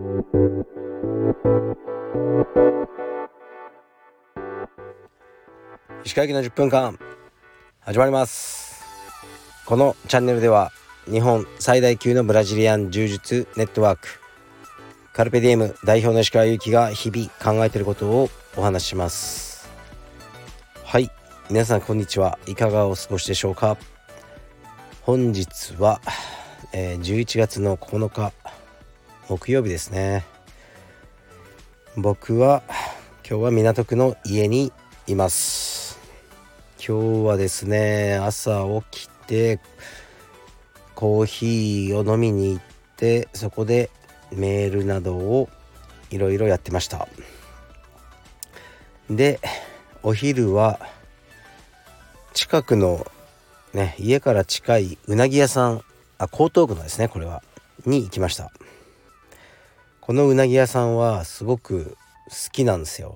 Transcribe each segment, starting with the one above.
石川行きの10分間始まります。このチャンネルでは日本最大級のブラジリアン柔術ネットワークカルペディエム代表の石川行きが日々考えていることをお話しします。はい、皆さんこんにちは。いかがお過ごしでしょうか。本日は、11月の9日木曜日ですね。僕は今日は港区の家にいます。今日はですね、朝起きてコーヒーを飲みに行って、そこでメールなどをいろいろやってました。で、お昼は近くのね、家から近いうなぎ屋さん、江東区のですね、これはに行きました。このうなぎ屋さんはすごく好きなんですよ。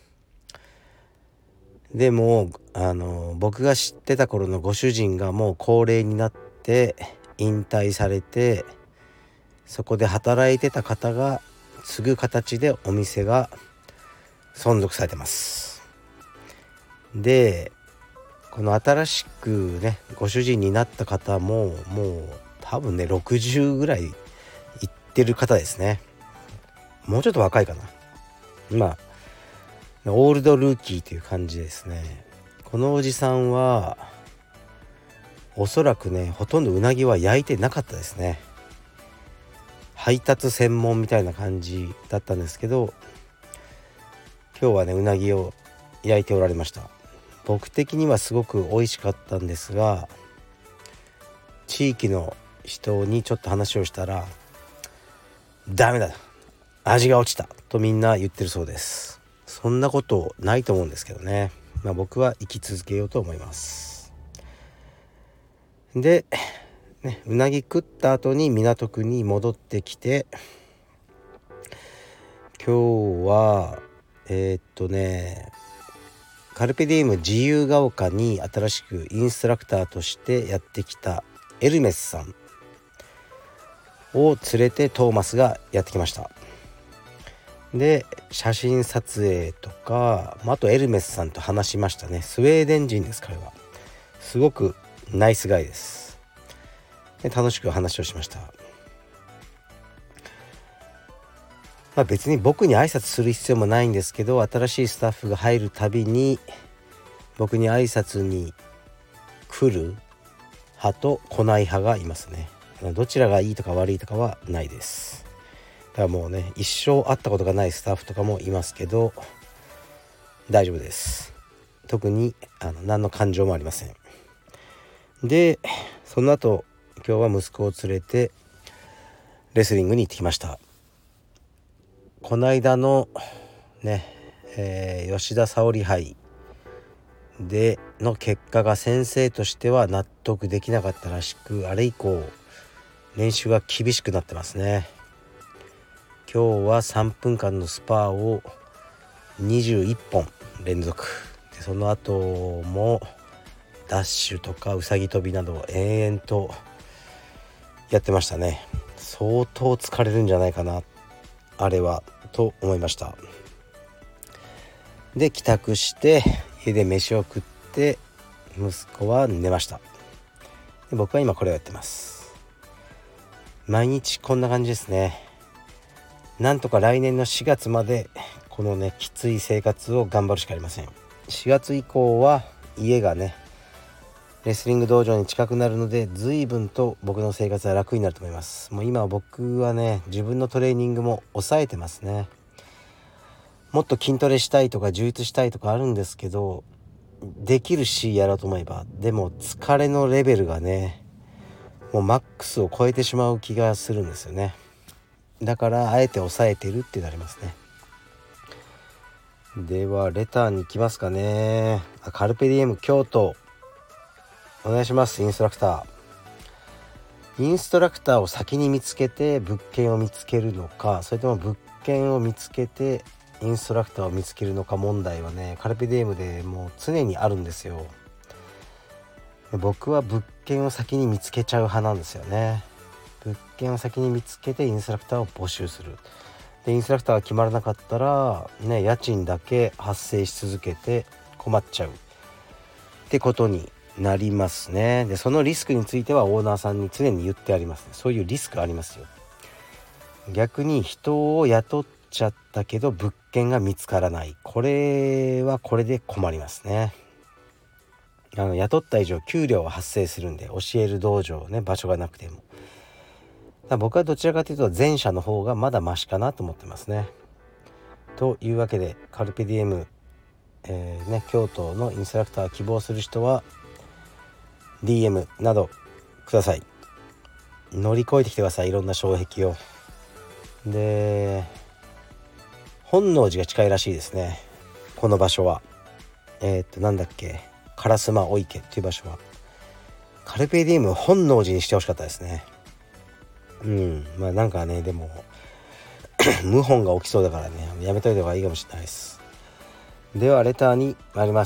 でも僕が知ってた頃のご主人がもう高齢になって引退されて、そこで働いてた方が継ぐ形でお店が存続されてます。で、この新しくねご主人になった方ももう多分ね60ぐらいいってる方ですね。もうちょっと若いかな。オールドルーキーという感じですね。このおじさんはおそらくね、ほとんどうなぎは焼いてなかったですね。配達専門みたいな感じだったんですけど、今日はねうなぎを焼いておられました。僕的にはすごく美味しかったんですが、地域の人にちょっと話をしたらダメだ、味が落ちたとみんな言ってるそうです。そんなことないと思うんですけどね。僕は生き続けようと思います。で、うなぎ食った後に港区に戻ってきて、今日はカルペディウム自由が丘に新しくインストラクターとしてやってきたエルメスさんを連れてトーマスがやってきました。で、写真撮影とか、あとエルメスさんと話しましたね。スウェーデン人です。彼はすごくナイスガイです。で、楽しく話をしました。別に僕に挨拶する必要もないんですけど、新しいスタッフが入るたびに僕に挨拶に来る派と来ない派がいますね。どちらがいいとか悪いとかはないです。だからもうね、一生会ったことがないスタッフとかもいますけど大丈夫です。特に何の感情もありません。で、その後今日は息子を連れてレスリングに行ってきました。この間のね、吉田沙保里杯での結果が先生としては納得できなかったらしく、あれ以降練習が厳しくなってますね。今日は3分間のスパーを21本連続で、その後もダッシュとかうさぎ跳びなどを延々とやってましたね。相当疲れるんじゃないかな、あれはと思いました。で、帰宅して家で飯を食って息子は寝ました。で、僕は今これをやってます。毎日こんな感じですね。なんとか来年の4月までこのねきつい生活を頑張るしかありません。4月以降は家がねレスリング道場に近くなるので、随分と僕の生活は楽になると思います。もう今は僕はね、自分のトレーニングも抑えてますね。もっと筋トレしたいとか充実したいとかあるんですけど、できるしやろうと思えば、でも疲れのレベルがねもうマックスを超えてしまう気がするんですよね。だからあえて抑えてるってなりますね。ではレターに行きますかね。カルペディエム京都お願いします。インストラクターを先に見つけて物件を見つけるのか、それとも物件を見つけてインストラクターを見つけるのか問題はね、カルペディエムでもう常にあるんですよ。僕は物件を先に見つけちゃう派なんですよね。物件を先に見つけてインストラクターを募集する。 でインストラクターが決まらなかったらね、家賃だけ発生し続けて困っちゃうってことになりますね。でそのリスクについてはオーナーさんに常に言ってありますね。そういうリスクありますよ。逆に人を雇っちゃったけど物件が見つからない、これはこれで困りますね。雇った以上給料は発生するんで、教える道場ね、場所がなくても。だから僕はどちらかというと前者の方がまだマシかなと思ってますね。というわけでカルペディエム、京都のインストラクター希望する人は DM などください。乗り越えてきてください、いろんな障壁を。で本能寺が近いらしいですね、この場所は。なんだっけ、烏丸御池っていう場所は。カルペディウム本能寺にしてほしかったですね。まあなんかね、でも謀反が起きそうだからね、やめといた方がいいかもしれないです。ではレターに参ります。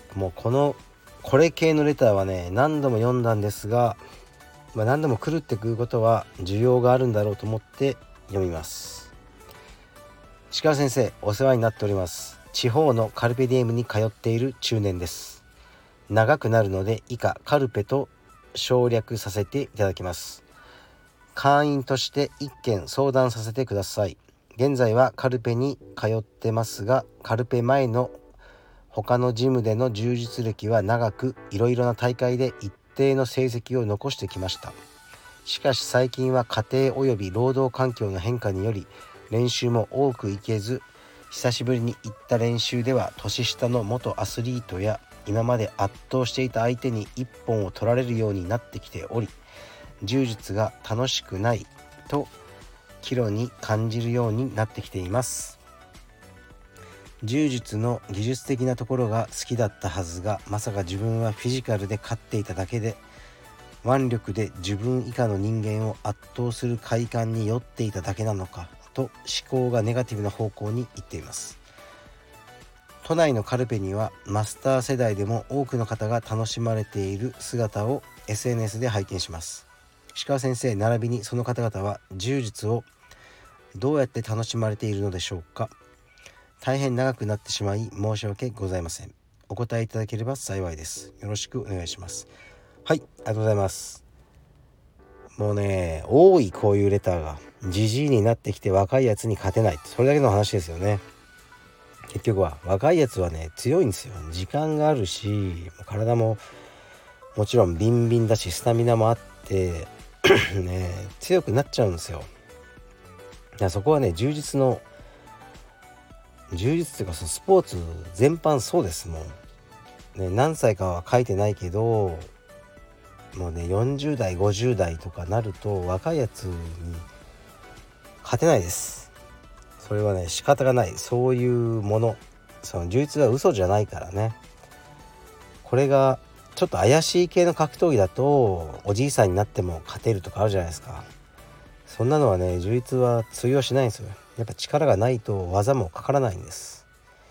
もうこれ系のレターはね、何度も読んだんですが、何度も来るってくることは需要があるんだろうと思って読みます。石川先生、お世話になっております。地方のカルペディエムに通っている中年です。長くなるので以下カルペと省略させていただきます。会員として1件相談させてください。現在はカルペに通ってますが、カルペ前の他のジムでの充実歴は長く、いろいろな大会で一定の成績を残してきました。しかし最近は家庭及び労働環境の変化により練習も多く行けず、久しぶりに行った練習では年下の元アスリートや今まで圧倒していた相手に一本を取られるようになってきており、柔術が楽しくないと岐路に感じるようになってきています。柔術の技術的なところが好きだったはずが、まさか自分はフィジカルで勝っていただけで、腕力で自分以下の人間を圧倒する快感に酔っていただけなのかと思考がネガティブな方向に行っています。都内のカルペにはマスター世代でも多くの方が楽しまれている姿を SNS で拝見します。石川先生並びにその方々は柔術をどうやって楽しまれているのでしょうか。大変長くなってしまい申し訳ございません。お答えいただければ幸いです。よろしくお願いします。はい、ありがとうございます。もうね、多いこういうレターが。じじいになってきて若いやつに勝てない、それだけの話ですよね。結局は若いやつはね強いんですよ。時間があるし、体ももちろんビンビンだし、スタミナもあってね、強くなっちゃうんですよ。いや、そこはね、充実っていうか、そのスポーツ全般そうですもんね。何歳かは書いてないけど、もうね40代50代とかなると若いやつに勝てないです。それはね仕方がない、そういうもの。その充実は嘘じゃないからね。これがちょっと怪しい系の格闘技だとおじいさんになっても勝てるとかあるじゃないですか。そんなのはね、充実は通用しないんですよ。やっぱ力がないと技もかからないんです。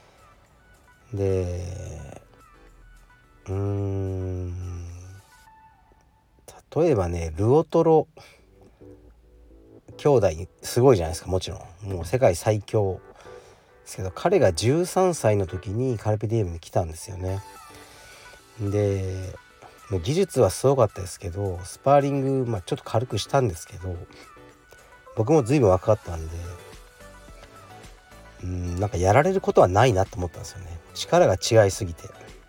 で例えばね、ルオトロ兄弟すごいじゃないですか。もちろんもう世界最強ですけど、彼が13歳の時にカルペディエムに来たんですよね。で技術はすごかったですけど、スパーリング、ちょっと軽くしたんですけど、僕も随分若かったんで、なんかやられることはないなと思ったんですよね。力が違いすぎて、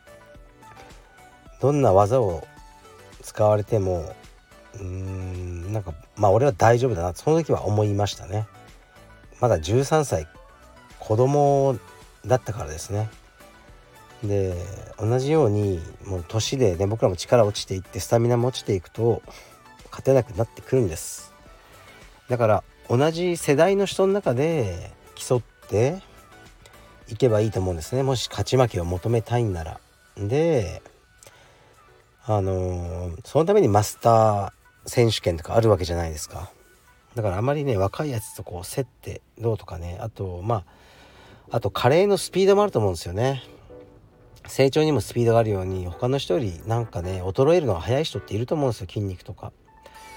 どんな技を使われてもなんか俺は大丈夫だな、その時は思いましたね。まだ13歳、子供だったからですね。で同じようにもう年でね、僕らも力落ちていってスタミナも落ちていくと勝てなくなってくるんです。だから同じ世代の人の中で競っていけばいいと思うんですね。もし勝ち負けを求めたいんなら。でそのためにマスター選手権とかあるわけじゃないですか。だからあまりね、若いやつとこう競ってどうとかね、あと加齢のスピードもあると思うんですよね。成長にもスピードがあるように、他の人よりなんかね衰えるのが早い人っていると思うんですよ、筋肉とか。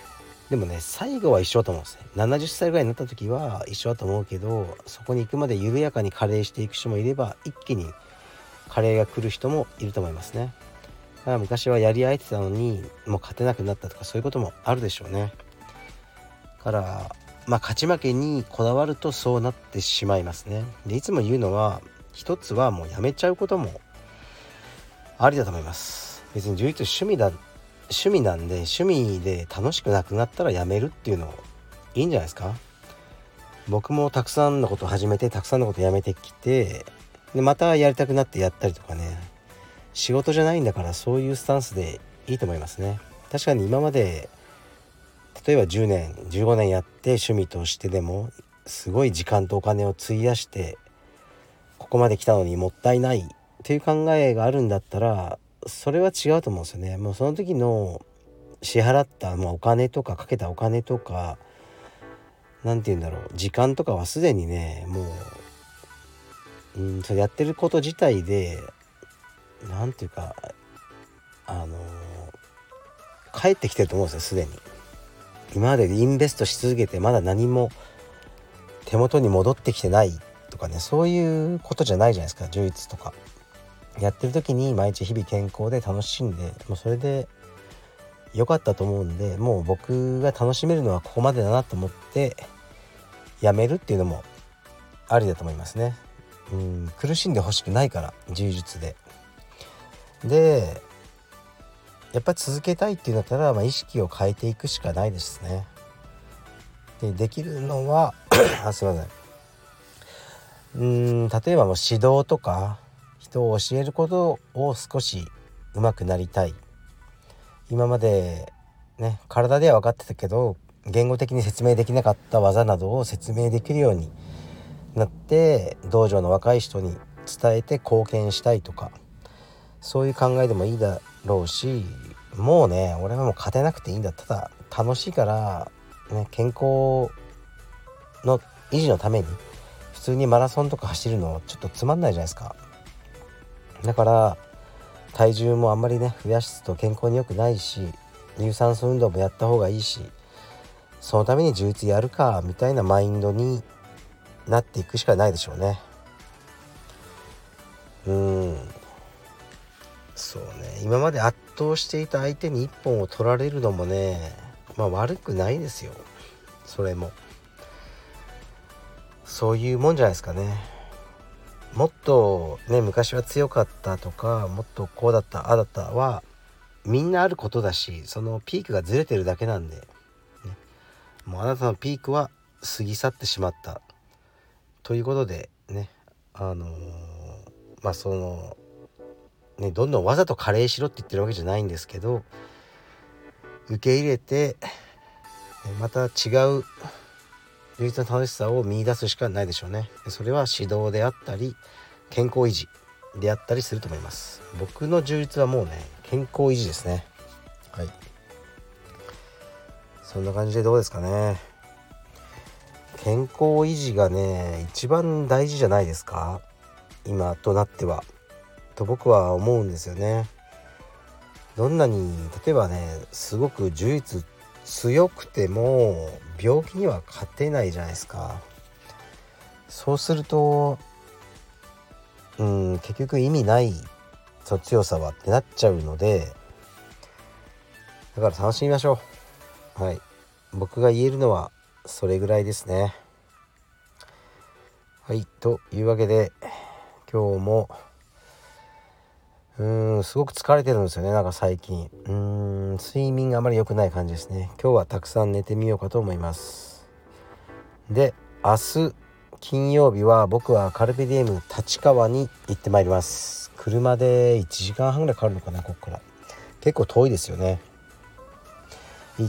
でもね最後は一緒だと思うんですね。70歳ぐらいになった時は一緒だと思うけど、そこに行くまで緩やかに加齢していく人もいれば、一気に加齢が来る人もいると思いますね。だから昔はやり合えてたのにもう勝てなくなったとか、そういうこともあるでしょうね。だから勝ち負けにこだわるとそうなってしまいますね。でいつも言うのは、一つはもうやめちゃうこともありだと思います。別に充実趣味なんで、趣味で楽しくなくなったらやめるっていうのいいんじゃないですか。僕もたくさんのことを始めて、たくさんのことをやめてきて、でまたやりたくなってやったりとかね、仕事じゃないんだから、そういうスタンスでいいと思いますね。確かに今まで例えば10年15年やって趣味としてでもすごい時間とお金を費やしてここまで来たのにもったいないっていう考えがあるんだったら、それは違うと思うんですよね。もうその時の支払った、お金とかかけたお金とか、なんて言うんだろう、時間とかはすでにね、もうそれやってること自体でなんていうか帰ってきてると思うんですよ、すでに。今までインベストし続けてまだ何も手元に戻ってきてないとかね、そういうことじゃないじゃないですか。充実とかやってる時に毎日日々健康で楽しんで、もうそれで良かったと思うんで、もう僕が楽しめるのはここまでだなと思ってやめるっていうのもありだと思いますね。苦しんでほしくないから、充実でやっぱり続けたいっていうんだったら、意識を変えていくしかないですね。できるのはすいません、例えばもう指導とか人を教えることを少し上手くなりたい。今までね、体では分かってたけど言語的に説明できなかった技などを説明できるようになって、道場の若い人に伝えて貢献したいとか、そういう考えでもいいだろうし、もうね、俺はもう勝てなくていいんだ、ただ楽しいから、ね、健康の維持のために普通にマラソンとか走るのちょっとつまんないじゃないですか。だから体重もあんまりね増やすと健康に良くないし、有酸素運動もやった方がいいし、そのために充実やるかみたいなマインドになっていくしかないでしょうね。そうね、今まで圧倒していた相手に一本を取られるのもね、悪くないですよ。それもそういうもんじゃないですかね。もっとね、昔は強かったとか、もっとこうだったああだったはみんなあることだし、そのピークがずれてるだけなんで、ね、もうあなたのピークは過ぎ去ってしまったということでね、そのね、どんどんわざと加齢しろって言ってるわけじゃないんですけど、受け入れてまた違う充実の楽しさを見出すしかないでしょうね。それは指導であったり健康維持であったりすると思います。僕の充実はもうね、健康維持ですね。はい、そんな感じでどうですかね。健康維持がね一番大事じゃないですか、今となっては、と僕は思うんですよね。どんなに例えばね、すごく充実強くても病気には勝てないじゃないですか。そうすると結局意味ないその強さはってなっちゃうので、だから楽しみましょう。はい、僕が言えるのはそれぐらいですね。はい、というわけで今日もすごく疲れてるんですよね。なんか最近睡眠があまり良くない感じですね。今日はたくさん寝てみようかと思います。で、明日金曜日は僕はカルペディエム立川に行ってまいります。車で1時間半ぐらいかかるのかな、ここから結構遠いですよね。行って、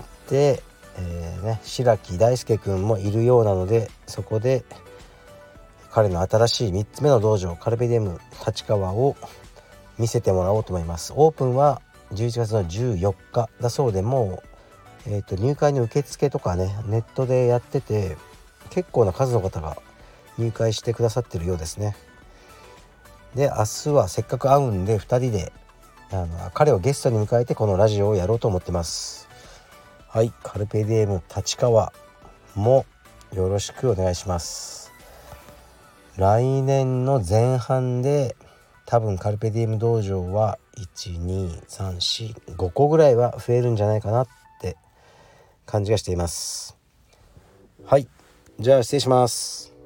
白木大輔くんもいるようなので、そこで彼の新しい3つ目の道場カルペディエム立川を見せてもらおうと思います。オープンは11月の14日だそうで、もう、入会の受付とかね、ネットでやってて結構な数の方が入会してくださってるようですね。で、明日はせっかく会うんで2人で彼をゲストに迎えてこのラジオをやろうと思ってます。 はい、カルペディエム立川もよろしくお願いします。来年の前半で多分カルペディエム道場は12345個ぐらいは増えるんじゃないかなって感じがしています。はい、じゃあ失礼します。